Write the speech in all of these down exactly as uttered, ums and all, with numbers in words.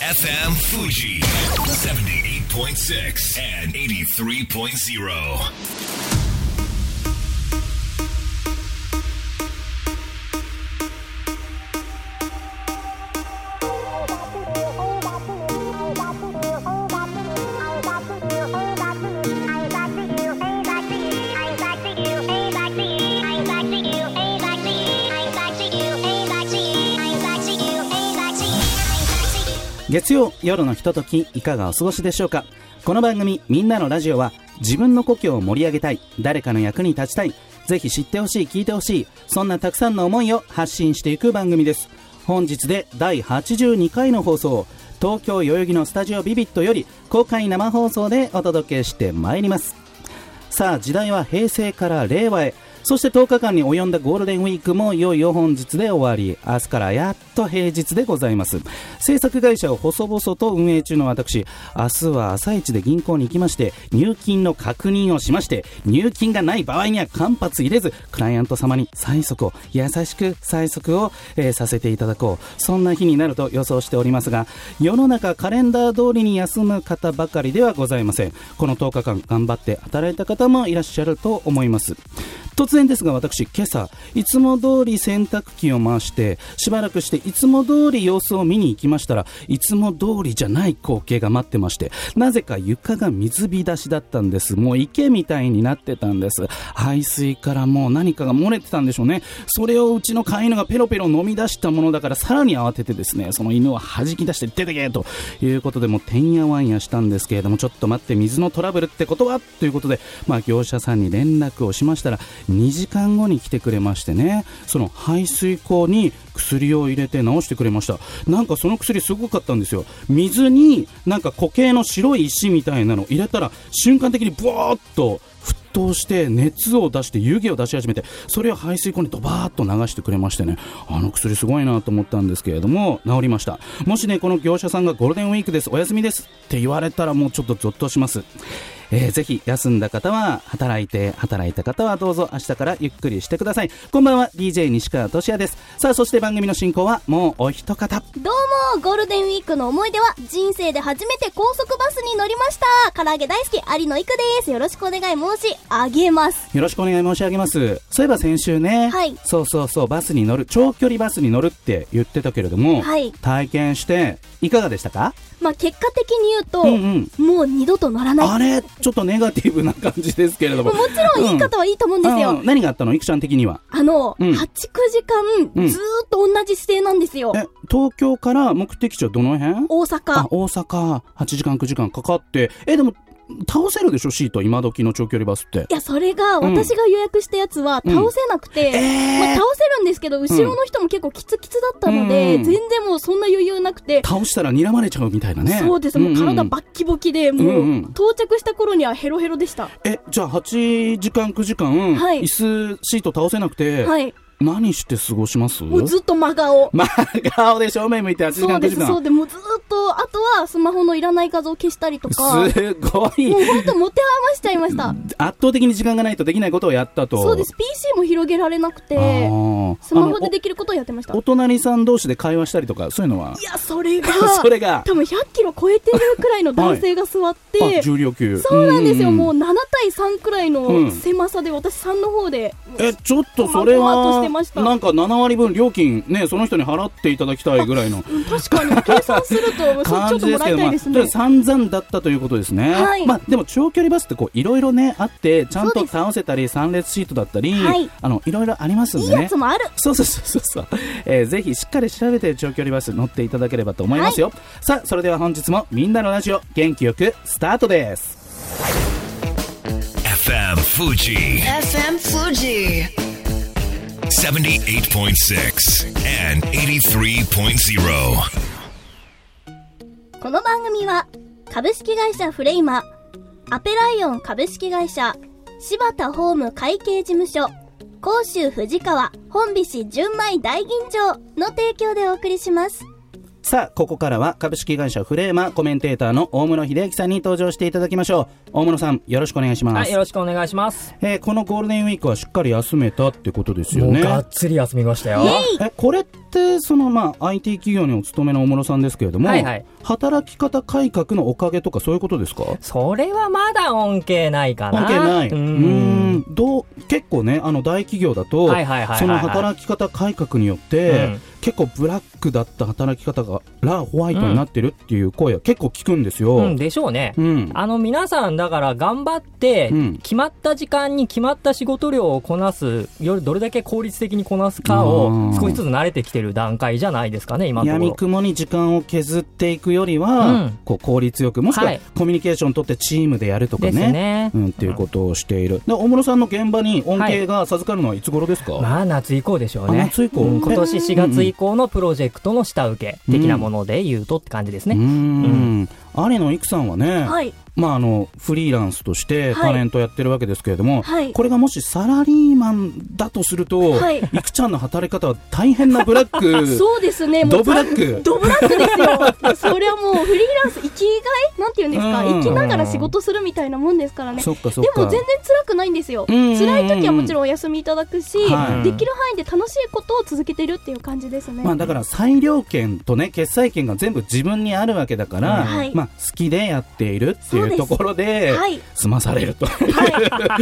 エフエム Fuji seventy-eight point six and eighty-three point zero。 月曜夜のひとときいかがお過ごしでしょうか。この番組みんなのラジオは自分の故郷を盛り上げたい、誰かの役に立ちたい、ぜひ知ってほしい、聞いてほしい、そんなたくさんの思いを発信していく番組です。本日でだいはちじゅうにかいの放送、東京代々木のスタジオビビットより公開生放送でお届けしてまいります。さあ時代は平成から令和へ、そしてとおかかんに及んだゴールデンウィークもいよいよ本日で終わり、明日からやっと平日でございます。制作会社を細々と運営中の私、明日は朝一で銀行に行きまして入金の確認をしまして、入金がない場合には間髪入れずクライアント様に催促を優しく催促を、えー、させていただこう、そんな日になると予想しておりますが、世の中カレンダー通りに休む方ばかりではございません。このとおかかん頑張って働いた方もいらっしゃると思います。突然ですが私、今朝いつも通り洗濯機を回してしばらくしていつも通り様子を見に行きましたら、いつも通りじゃない光景が待ってまして、なぜか床が水浸しだったんです。もう池みたいになってたんです。排水からもう何かが漏れてたんでしょうね。それをうちの飼い犬がペロペロ飲み出したものだから、さらに慌ててですね、その犬を弾き出して出てけということで、もうてんやわんやしたんですけれども、ちょっと待って、水のトラブルってことはということで、まあ、業者さんに連絡をしましたらにじかんごに来てくれましてね、その排水口に薬を入れて治してくれました。なんかその薬すごかったんですよ。水になんか固形の白い石みたいなのを入れたら瞬間的にブワーッと沸騰して熱を出して湯気を出し始めて、それを排水口にドバーッと流してくれましてね、あの薬すごいなと思ったんですけれども、治りました。もしね、この業者さんがゴールデンウィークです、お休みですって言われたらもうちょっとゾッとします。えー、ぜひ休んだ方は働いて、働いた方はどうぞ明日からゆっくりしてください。こんばんは、 ディージェー 西川俊也です。さあそして番組の進行はもうお一方。 どうも、ゴールデンウィークの思い出は人生で初めて高速バスに乗りました。唐揚げ大好き有野いくです。よろしくお願い申し上げます。 よろしくお願い申し上げます。そういえば先週ね、はい、そうそうそう、バスに乗る、長距離バスに乗るって言ってたけれども、はい、体験していかがでしたか？ まあ、結果的に言うと、うんうん、もう二度と乗らない。 あれちょっとネガティブな感じですけれども、 もちろんいい方はいいと思うんですよ、 うん、何があったの、いくちゃん的には。 あの、うん、はち、きゅうじかんずーっと同じ姿勢なんですよ、うん、 え東京から目的地はどの辺？ 大阪。 あ、大阪はちじかんくじかんかかって、えでも倒せるでしょ、シート、今時の長距離バスって。 いや、それが私が予約したやつは倒せなくて、うんえーまあ、倒せるんですけど後ろの人も結構キツキツだったので、うん、全然もうそんな余裕なくて、 倒したら睨まれちゃうみたいなね。 そうです、もう体バッキバキで、もう到着した頃にはヘロヘロでした。 えじゃあはちじかんくじかん、はい、椅子シート倒せなくて、はい、何して過ごします？ もうずっと真顔真顔で正面向いてはちじかんくじかん。 そうです、そうで、もうずっと、あとはスマホのいらない画像を消したりとか、 すごい、 もうほんと持て余しちゃいました。 圧倒的に時間がないとできないことをやったと。 そうです、 ピーシー も広げられなくてスマホでできることをやってました。 お, お隣さん同士で会話したりとか、そういうのは？ いや、それがそれが多分ひゃっキロ超えてるくらいの男性が座って、はい、 重量級。 そうなんですよ、もうななたいさんくらいの狭さで、うん、私さんの方で、 えちょっとそれはなんかななわりぶん料金ね、その人に払っていただきたいぐらいの確かに計算するとちょっともらいたいですね。 まあ、散々だったということですね、はい。まあ、でも長距離バスってこういろいろねあって、ちゃんと倒せたりさん列シートだったり、はい、あのいろいろありますんでね。 いいやつもある。 そうそうそうそう、えー、ぜひしっかり調べて長距離バス乗っていただければと思いますよ、はい。さあそれでは本日もみんなのラジオ元気よくスタートです。 エフエム Fujiエフエム Fuji seventy-eight point six and eighty-three point zero。 この番組は株式会社フレイマ、アペライオン株式会社、柴田ホーム会計事務所、甲州藤川本菱純米大吟醸の提供でお送りします。 さあここからは株式会社フレーマコメンテーターの大室秀明さんに登場していただきましょう。大室さん、よろしくお願いします。 はい、よろしくお願いします。 えー、このゴールデンウィークはしっかり休めたってことですよね。 もうがっつり休みましたよ。 えこれっってその、まあ、アイティー 企業にお勤めの大室さんですけれども、はいはい、働き方改革のおかげとかそういうことですか？ それはまだ恩恵ないかな。 恩恵ない。うーんどう結構ねあの大企業だと、はいはいはいはいはい、その働き方改革によって、うん、結構ブラックだった働き方がラホワイトになってるっていう声は結構聞くんですよ、 うん、でしょうね、うん、あの皆さんだから頑張って決まった時間に決まった仕事量をこなす、どれだけ効率的にこなすかを少しずつ慣れてきてる段階じゃないですかね今のところ。 闇雲に時間を削っていくよりは、うん、こう効率よくもしくはコミュニケーション取ってチームでやるとか ね,、はい、ね、うん、っていうことをしている。で大室さんの現場に恩恵が授かるのはいつ頃ですか？はい、 まあ夏以降でしょうね。 夏以降、うん、 今年しがつ以降のプロジェクトの下請け的なもので言うとって感じですね。うんうんうん、有野育さんはね、はい、まあ、あのフリーランスとしてタレントやってるわけですけれども、はい、これがもしサラリーマンだとすると、はい、いくちゃんの働き方は大変なブラックそうですね、 ドブラックドブラックですよそれはもうフリーランス生きがいなんていうんですか、生きながら仕事するみたいなもんですからね。 そっかそっか。 でも全然辛くないんですよ。辛い時はもちろんお休みいただくし、はい、できる範囲で楽しいことを続けてるっていう感じですね。 まあ、だから裁量権とね決裁権が全部自分にあるわけだから、はい、まあ、好きでやっているっていうところではい、済まされるという、はい、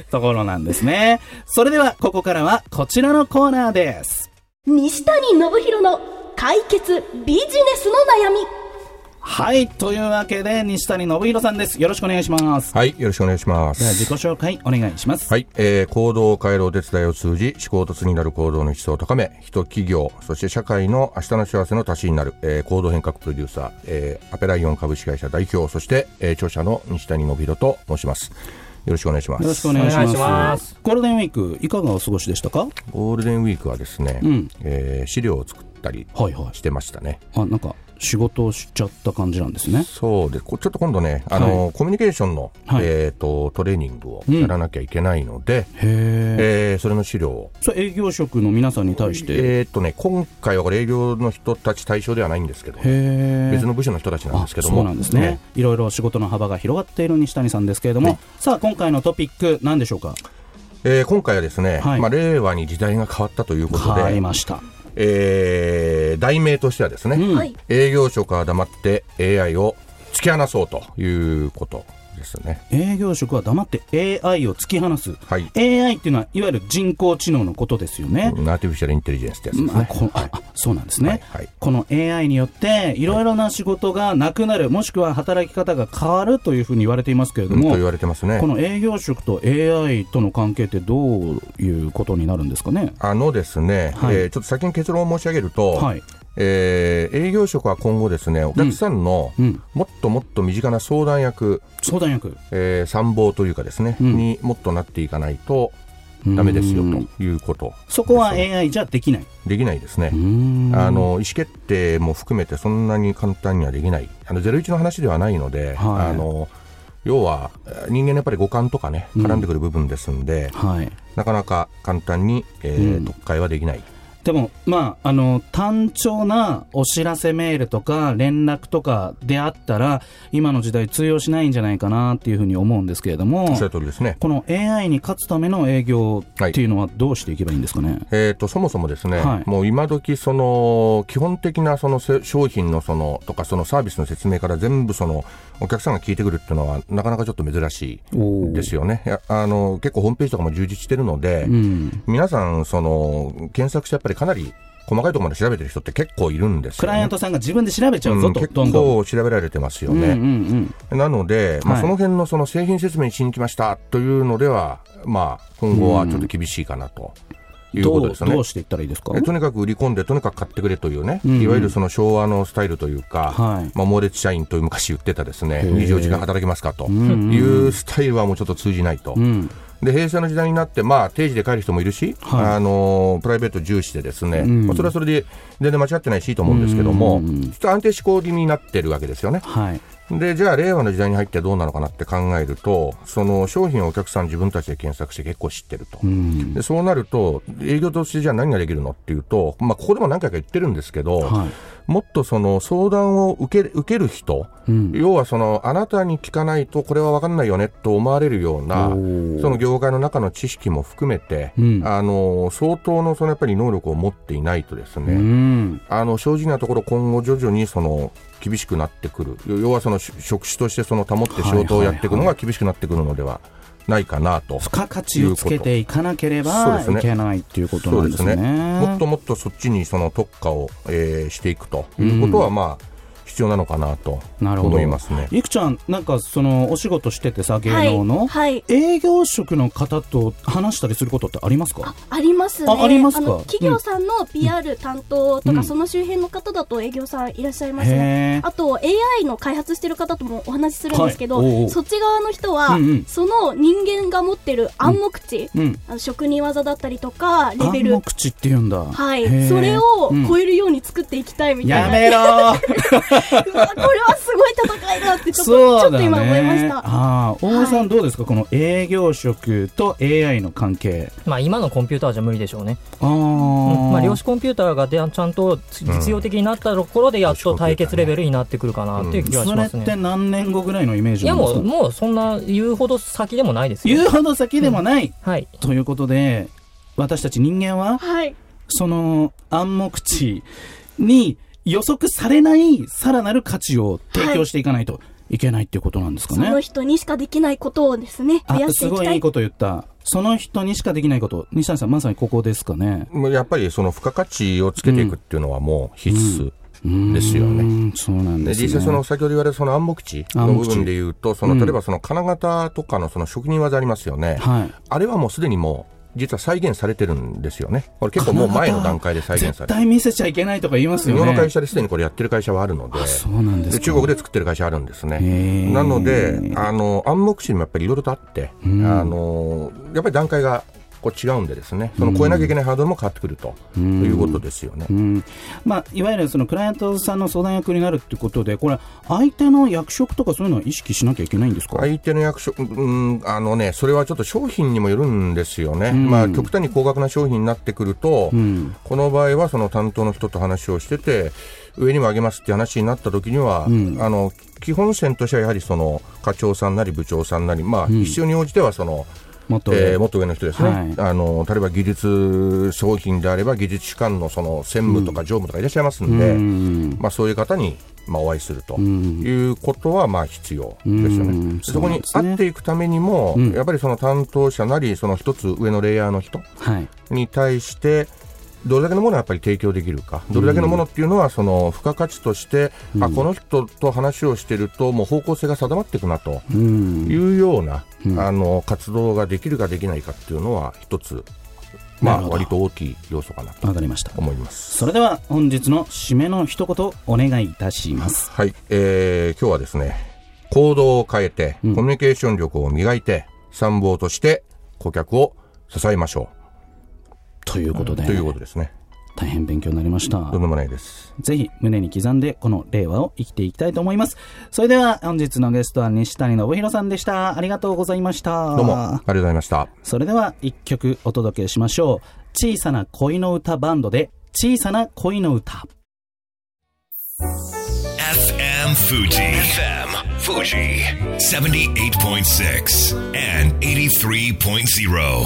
ところなんですね。それではここからはこちらのコーナーです。 西谷信弘の解決ビジネスの悩み。 はい、というわけで西谷信弘さんです。よろしくお願いします。 はい、よろしくお願いします。 では自己紹介お願いします。 はい、えー、行動を変えるお手伝いを通じ思考とつになる行動の質を高め、人企業そして社会の明日の幸せの足しになる、えー、行動変革プロデューサー、えー、アペライオン株式会社代表そして、えー、著者の西谷信弘と申します。よろしくお願いします。 よろしくお願いします。ますゴールデンウィークいかがお過ごしでしたか？ ゴールデンウィークはですね、うん、えー、資料を作ったりしてましたね。 はいはい、あ、なんか仕事をしちゃった感じなんですね。 そうで、ちょっと今度ね、あの、はい、コミュニケーションの、はい、えーと、トレーニングをやらなきゃいけないので、うん、えー、それの資料を。 それ営業職の皆さんに対して、 えーとね、今回はこれ営業の人たち対象ではないんですけど、へ別の部署の人たちなんですけども。 そうなんですね。ね、いろいろ仕事の幅が広がっている西谷さんですけれども、ね、さあ今回のトピック何でしょうか？ えー、今回はですね、はい、まあ、令和に時代が変わったということで、 変わりました。 えー、題名としてはですね、うん、営業職は黙って エーアイ を突き放そうということですね。 営業職は黙って エーアイ を突き放す、はい、エーアイ っていうのはいわゆる人工知能のことですよね。 アーティフィシャルインテリジェンスってやつですね。 あ、はい、あ、そうなんですね、はいはい、この エーアイ によっていろいろな仕事がなくなる、もしくは働き方が変わるというふうに言われていますけれども、うん、 と言われてますね。 この営業職と エーアイ との関係ってどういうことになるんですかね？ あのですね、はい、えー、ちょっと先に結論を申し上げると、はい、えー、営業職は今後ですね、お客さんのもっともっと身近な相談役、 相談役、 えー、参謀というかですね、うん、にもっとなっていかないとダメですよということ。 そこは エーアイ じゃできないできないですね。あの意思決定も含めてそんなに簡単にはできない、あのゼロイチの話ではないので、はい、あの要は人間のやっぱり五感とかね絡んでくる部分ですんで、うん、はい、なかなか簡単に、えーうん、読解はできない。 でも、まあ、あの単調なお知らせメールとか連絡とかであったら今の時代通用しないんじゃないかなっていうふうに思うんですけれども、 おっしゃる通りですね。 この エーアイ に勝つための営業っていうのはどうしていけばいいんですかね？はい、 えーと、そもそもですね、はい、もう今時その基本的なその商品のそのとかそのサービスの説明から全部そのお客さんが聞いてくるっていうのはなかなかちょっと珍しいですよね。いや、あの結構ホームページとかも充実してるので、うん、皆さんその検索してやっぱりかなり細かいところまで調べてる人って結構いるんですよね。 クライアントさんが自分で調べちゃうぞと、うん、 結構調べられてますよね。うんうんうん、なので、まあ、その辺のその製品説明しに来ましたというのでは、まあ、今後はちょっと厳しいかなと。うん、いうことですね。 どう、どうしていったらいいですか？ えとにかく売り込んでとにかく買ってくれというね、うんうん、いわゆるその昭和のスタイルというか、はい、まあ、猛烈社員という昔言ってたですね、にじゅうよじかん働きますかというスタイルはもうちょっと通じないと。うん、で平成の時代になって、まあ、定時で帰る人もいるし、はい、あのプライベート重視でですね、うん、まあ、それはそれで全然間違ってないしいいと思うんですけども、うん、ちょっと安定志向気味になってるわけですよね。はい、でじゃあ令和の時代に入ってどうなのかなって考えると、その商品をお客さん自分たちで検索して結構知ってると、うん、でそうなると営業としてじゃあ何ができるのっていうと、まあ、ここでも何回か言ってるんですけど、はい、 もっとその相談を受け、受ける人、うん、要はそのあなたに聞かないとこれは分かんないよねと思われるようなその業界の中の知識も含めて、うん、あの相当のそのやっぱり能力を持っていないとですね、うん、あの正直なところ今後徐々にその厳しくなってくる、要はその職種としてその保って仕事をやっていくのが厳しくなってくるのではないかなと。 付加価値をつけていかなければいけないということなんですね。そうですね。 もっともっとそっちにその特化を、えー、していくということは、まあ、うん必要なのかなと思いますね。 いくちゃんなんかそのお仕事しててさ芸能の、はいはい、営業職の方と話したりすることってありますか？ あ, ありますね。 あ, ありますか？あの企業さんの ピーアール 担当とか、うん、その周辺の方だと営業さんいらっしゃいますね。あと エーアイ の開発してる方ともお話しするんですけど、はい、おうおうそっち側の人は、うんうん、その人間が持ってる暗黙知、うん、あの職人技だったりとかレベル暗黙知って言うんだ。 はい、それを超えるように作っていきたいみたいな、 うん、やめろこれはすごい戦いだってちょっと、ちょっと今思いました。 あ大江さん、はい、どうですかこの営業職と エーアイ の関係。 まあ、今のコンピューターじゃ無理でしょうね。あ、うんまあ、量子コンピューターがでちゃんと実用的になったところでやっと対決レベルになってくるかなっていう気がしますね、うん、 それって何年後ぐらいのイメージなんですか？ いやもう、もうそんな言うほど先でもないですよ。 言うほど先でもない、 うんはい、 ということで私たち人間は、はい、その暗黙知に予測されないさらなる価値を提供していかないといけないっていうことなんですかね、はい、 その人にしかできないことをですね増やしていきたい。 すごいいいこと言った。その人にしかできないこと、西谷さんまさにここですかね。 やっぱりその付加価値をつけていくっていうのはもう必須、うんうんですよね。うんそうなんですね。で実際その先ほど言われたその暗黙知の部分でいうとその例えばその金型とかのその職人技ありますよね、はい、あれはもうすでにもう実は再現されてるんですよね。これ結構もう前の段階で再現されてる。 絶対見せちゃいけないとか言いますよね。 日本の会社ですでにこれやってる会社はあるので、 あそうなんですか。 で中国で作ってる会社あるんですね。なのであの暗黙知にもやっぱりいろいろとあって、うん、あのやっぱり段階がこう違うんでですね、その超えなきゃいけないハードルも変わってくると、うん、いうことですよね、うんまあ、いわゆるそのクライアントさんの相談役になるということで、これ相手の役職とかそういうのは意識しなきゃいけないんですか？ 相手の役職、うん、あのね、それはちょっと商品にもよるんですよね、うんまあ、極端に高額な商品になってくると、うん、この場合はその担当の人と話をしてて上にも上げますって話になった時には、うん、あの基本線としてはやはりその課長さんなり部長さんなり、まあ、必要に応じてはそのもっと上、えー、もっと上の人ですね、はい、あの例えば技術商品であれば技術主幹のその専務とか常務とかいらっしゃいますので、うんまあ、そういう方にまあお会いするということはまあ必要ですよね。そこに会っていくためにも、うん、やっぱりその担当者なりその一つ上のレイヤーの人に対してどれだけのものをやっぱり提供できるか、どれだけのものっていうのはその付加価値として、うん、あこの人と話をしているともう方向性が定まっていくなというような、うん、あの活動ができるかできないかっていうのは一つ、まあ、割と大きい要素かなと思います。 わかりました。それでは本日の締めの一言お願いいたします。 はい、えー、今日はですね、行動を変えて、うん、コミュニケーション力を磨いて参謀として顧客を支えましょうということで、 ということですね。 大変勉強になりました。 とんでもないです。 ぜひ胸に刻んでこの令和を生きていきたいと思います。それでは本日のゲストは西谷信弘さんでした。ありがとうございました。 どうもありがとうございました。 それでは一曲お届けしましょう。小さな恋の歌バンドで小さな恋の歌。 エフエム Fuji エフエム Fuji セブンティーエイトポイントシックス and エイティースリーポイントゼロ。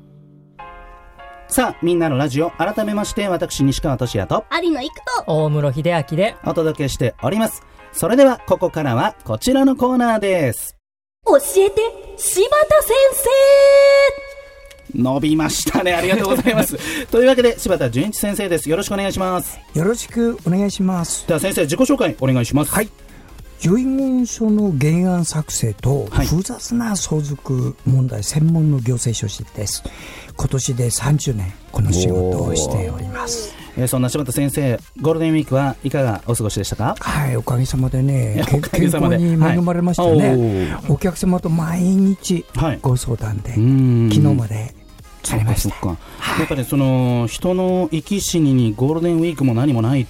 さあみんなのラジオ、改めまして私西川俊也と有野育と大室秀明でお届けしております。それではここからはこちらのコーナーです。 教えて柴田先生。伸びましたね、ありがとうございますというわけで柴田純一先生です。よろしくお願いします。 よろしくお願いします。 では先生自己紹介お願いします。 はい、遺言書の原案作成と複雑な相続問題専門の行政書士です。今年でさんじゅうねんこの仕事をしております。 えー、そんな柴田先生、ゴールデンウィークはいかがお過ごしでしたか？ はい、おかげさまでね、健康に恵まれましてね、はい、お客様と毎日ご相談で、はい、昨日までされました。 そっかそっか、はい、やっぱりその人の生き死ににゴールデンウィークも何もないと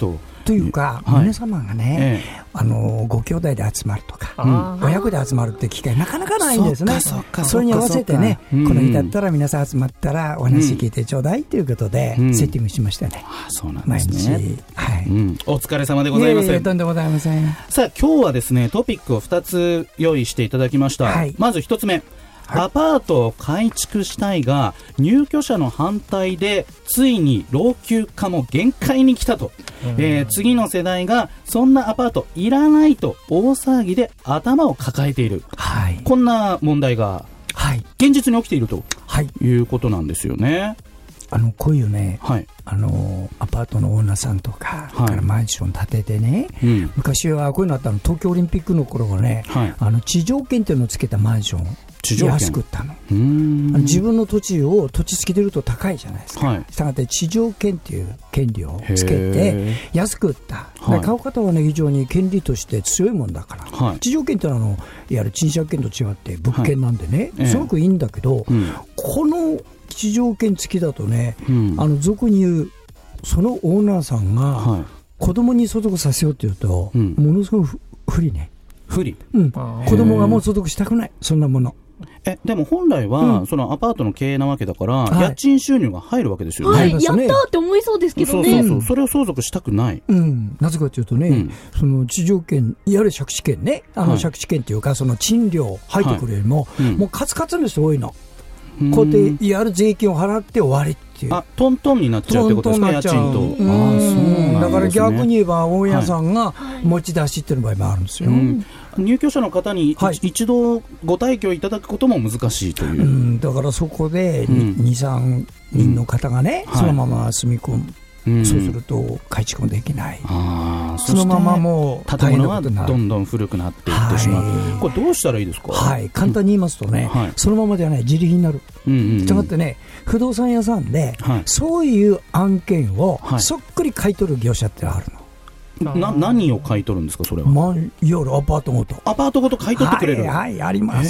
というか、はい、皆様がね、ええ、あのご兄弟で集まるとか、うん、親子で集まるって機会なかなかないんですね。そ, それに合わせてね、この日だったら皆さん集まったらお話聞いてちょうだいということで、うん、セッティングしましたね。 ああ、そうなんですね。 毎日、はい、 うん、お疲れ様でございます。 いえいえ、とんでもございません。 さあ、今日はですね、トピックをふたつ用意していただきました。はい、まずひとつめ、はい、アパートを改築したいが入居者の反対でついに老朽化も限界に来たと、えー、次の世代がそんなアパートいらないと大騒ぎで頭を抱えている、はい、こんな問題が現実に起きていると、はい、いうことなんですよね。 あのこういうね、はい、あのアパートのオーナーさんとか、はい、からマンション建ててね、うん、昔はこういうのあったの、東京オリンピックの頃はね、はい、あの地上権っていうのをつけたマンション安く売ったの。うーん、自分の土地を土地付きで売ると高いじゃないですか、はい、したがって地上権っていう権利をつけて安く売った、はい、買う方はね非常に権利として強いもんだから、はい、地上権ってのはあのいわゆる賃借権と違って物件なんでね、はい、すごくいいんだけど、うん、この地上権付きだとね、うん、あの俗に言うそのオーナーさんが子供に相続させようっていうと、うん、ものすごく不利ね。 不利、 うん、子供がもう相続したくない、そんなもの。 えでも本来は、うん、そのアパートの経営なわけだから、はい、家賃収入が入るわけですよね。 はい、やったーって思いそうですけどね。 そうそうそう、それを相続したくない、 うん、なぜかというとね、うん、その地上権いわゆる借地権ね、あの借地権というか、はい、その賃料入ってくるよりも、はい、うん、もうカツカツの人多いの。こうやっていわゆる税金を払って終わりっていう、 あ、トントンになっちゃうってことですか、家賃と。あ、そうなんですね。 だから逆に言えば大家さんが持ち出しっていう場合もあるんですよ、はい、うん、 入居者の方に、はい、一度ご退去いただくことも難しいという、うん、 だからそこで にさんにんの方がね、うん、そのまま住み込む、うん、そうすると改築もできない、あ、 そのままもう建物はどんどん古くなっていってしまう、はい、これどうしたらいいですか。 はい、簡単に言いますとね、うん、はい、そのままではない自利品になる、うんうんうん、したがってね、不動産屋さんで、はい、そういう案件をそっくり買い取る業者ってあるの。 な何を買い取るんですか、それは。 まあ、いわゆるアパートごとアパートごと買い取ってくれる。 はい、はい、あります。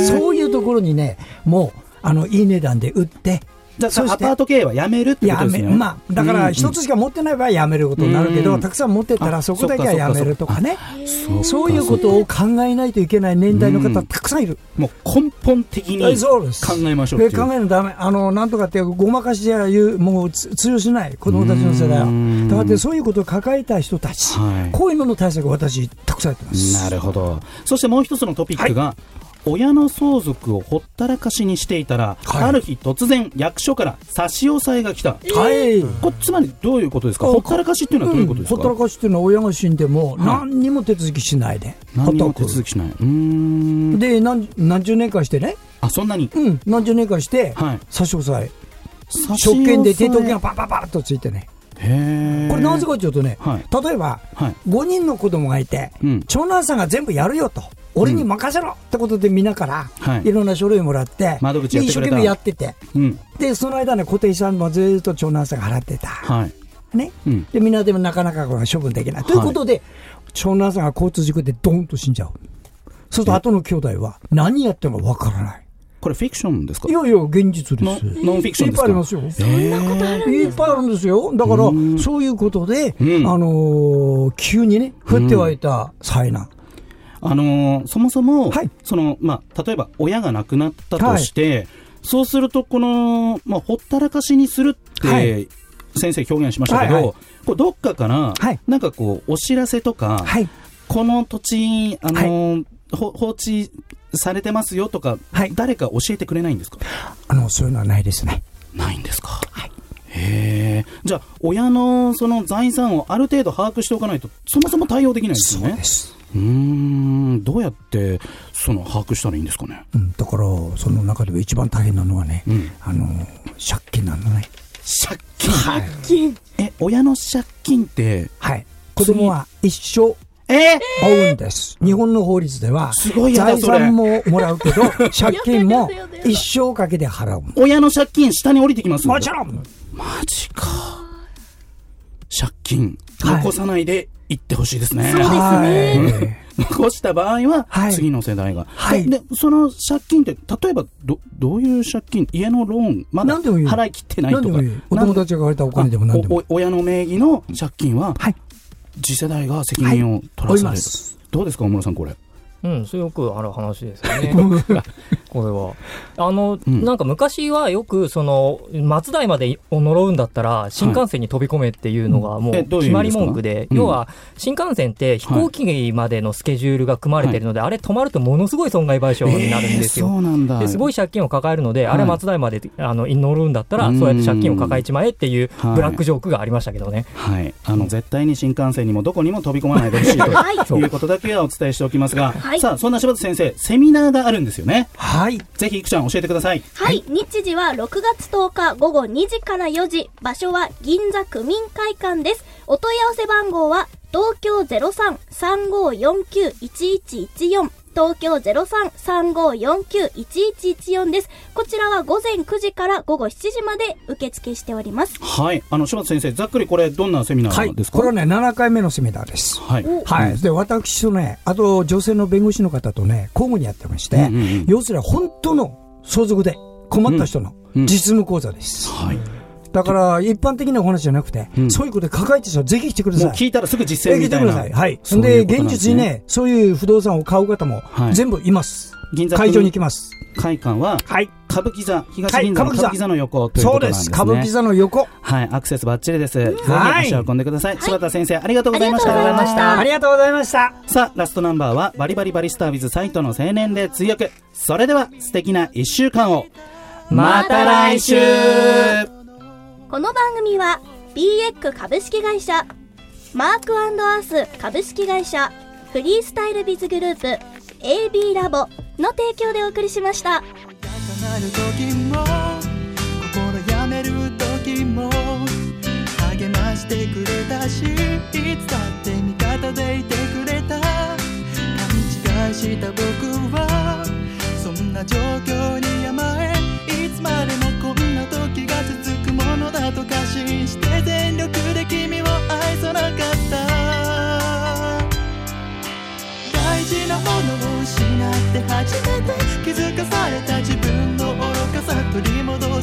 そういうところにね、もうあのいい値段で売って、 じゃあアパート経営はやめるってことですね。 まあ、だから一つしか持ってない場合はやめることになるけど、うん、たくさん持ってたらそこだけはやめるとかね、そ, そういうことを考えないといけない年代の方たくさんいる、 うん、もう根本的に考えましょうっていう。 考えるのダメ、あのなんとかってごまかしや言う、もう通用しない子供たちの世代は。だからそういうことを抱えた人たち、はい、こういうのの対策を私たくさんやってます。 なるほど。そしてもう一つのトピックが、はい、親の相続をほったらかしにしていたら、はい、ある日突然役所から差し押さえが来た、はい、これつまりどういうことですか。ほったらかしっていうのはどういうことですか。 うん、ほったらかしっていうのは親が死んでも何にも手続きしないで、はい、 何にも手続きしない、うーんで 何, 何十年間してね、 あ、そんなに、 うん、何十年間して、はい、差し押さえ、職権で抵当権がパッパッパッとついてね。へ、これなぜかというとね、はい、例えば、はい、ごにんの子供がいて、うん、長男さんが全部やるよと、俺に任せろってことでみんなから、うん、いろんな書類もらって、窓口やってくれた、一生懸命やってて、うん、でその間ね固定資産もずっと長男さんが払ってた、はい、ね、うん、でみんなでもなかなかこれ処分できない、はい、ということで長男さんが交通事故でドーンと死んじゃう。そうすると後の兄弟は何やってもわからない。 これフィクションですか。 いやいや現実です。 ノンフィクションですか。 いっぱいありますよ。 そんなことあるんですか。 いっぱいあるんですよ。だからそういうことで、うん、あのー、急にね降って湧いた災難、 うん、あのー、そもそも、はい、そのまあ、例えば親が亡くなったとして、はい、そうするとこの、まあ、ほったらかしにするって、はい、先生表現しましたけど、はいはい、こうどっかから、はい、なんかこうお知らせとか、はい、この土地、あのーはい、放置されてますよとか、はい、誰か教えてくれないんですか。 あのそういうのはないですね。 ないんですか。はい、へー、じゃあ親のその財産をある程度把握しておかないとそもそも対応できないんですよね。 そうです。 うーん、どうやってその把握したらいいんですかね。 うん、だからその中でも一番大変なのはね、うん、あの借金なのね。 借金、はい、借金、え、親の借金って、 はい、子供は一生えー、負うんです。日本の法律では財産ももらうけど借金も一生かけて払う。 親の借金下に降りてきます。 もちろん。 マジか。借金残さないでいってほしいですね。 そうですね。 残した場合は次の世代が、はい、でその借金って例えば ど, どういう借金、家のローンまだ払い切ってないとか、 お友達が借りたお金でも何でも、 お親の名義の借金は、はい、 次世代が責任を取らされる、はい、どうですか大村さんこれ。 うん、それよくある話ですよねこれはあの、うん、なんか昔はよくその松代までを呪うんだったら新幹線に飛び込めっていうのがもう決まり文句で、はい、要は新幹線って飛行機までのスケジュールが組まれているので、はい、あれ止まるとものすごい損害賠償になるんですよ、 えー、そうなんだ。 ですごい借金を抱えるので、はい、あれ松代まであの乗るんだったらそうやって借金を抱えちまえっていうブラックジョークがありましたけどね、 はいはい、あの絶対に新幹線にもどこにも飛び込まないでほしいということだけはお伝えしておきますが、はい、さあそんな柴田先生セミナーがあるんですよね。 はい、 ぜひいくちゃん教えてください。 はい、はい、日時はろくがつとおかごごにじからよじ、場所は銀座区民会館です。お問い合わせ番号は東京 ゼロさん さんごよんきゅう いちいちいちよん 東京 ゼロさん さんごよんきゅう いちいちいちよん です。こちらはごぜんくじからごごしちじまで受付しております。 はい、あの柴田先生ざっくりこれどんなセミナーですか。 はい、これはねななかいめのセミナーです。はい、はい、で私とねあと女性の弁護士の方とね交互にやってまして、うんうんうん、要するに本当の相続で困った人の実務講座です、うんうん、はい、だから一般的なお話じゃなくて、うん、そういうことで抱えてる人はぜひ来てください。 もう聞いたらすぐ実践みたいな。 来てください。はい。そんで現実にねそういう不動産を買う方も全部います、はい、銀座会場に行きます。 会館は歌舞伎座、東銀座の歌舞伎座の横ということなんですね。 そうです、歌舞伎座の横。 はい、アクセスバッチリです。ぜひ足を運んでください。柴田先生ありがとうございました。 ありがとうございました。 さあラストナンバーはバリバリバリスター with サイトの青年で追憶。それでは素敵ないっしゅうかんを。また来週。 この番組は ビーエック 株式会社、マーク&アース株式会社、フリースタイルビズグループ エービー ラボの提供でお送りしました。 重なる時も心やめる時も励ましてくれたし、いつだって味方でいてくれた。勘違いした僕はそんな状況に甘え、いつまでもこんな時が続くものだと過信して全力で君を愛さなかった。大事なものを失って初めて気づかされた自分の愚かさ、取り戻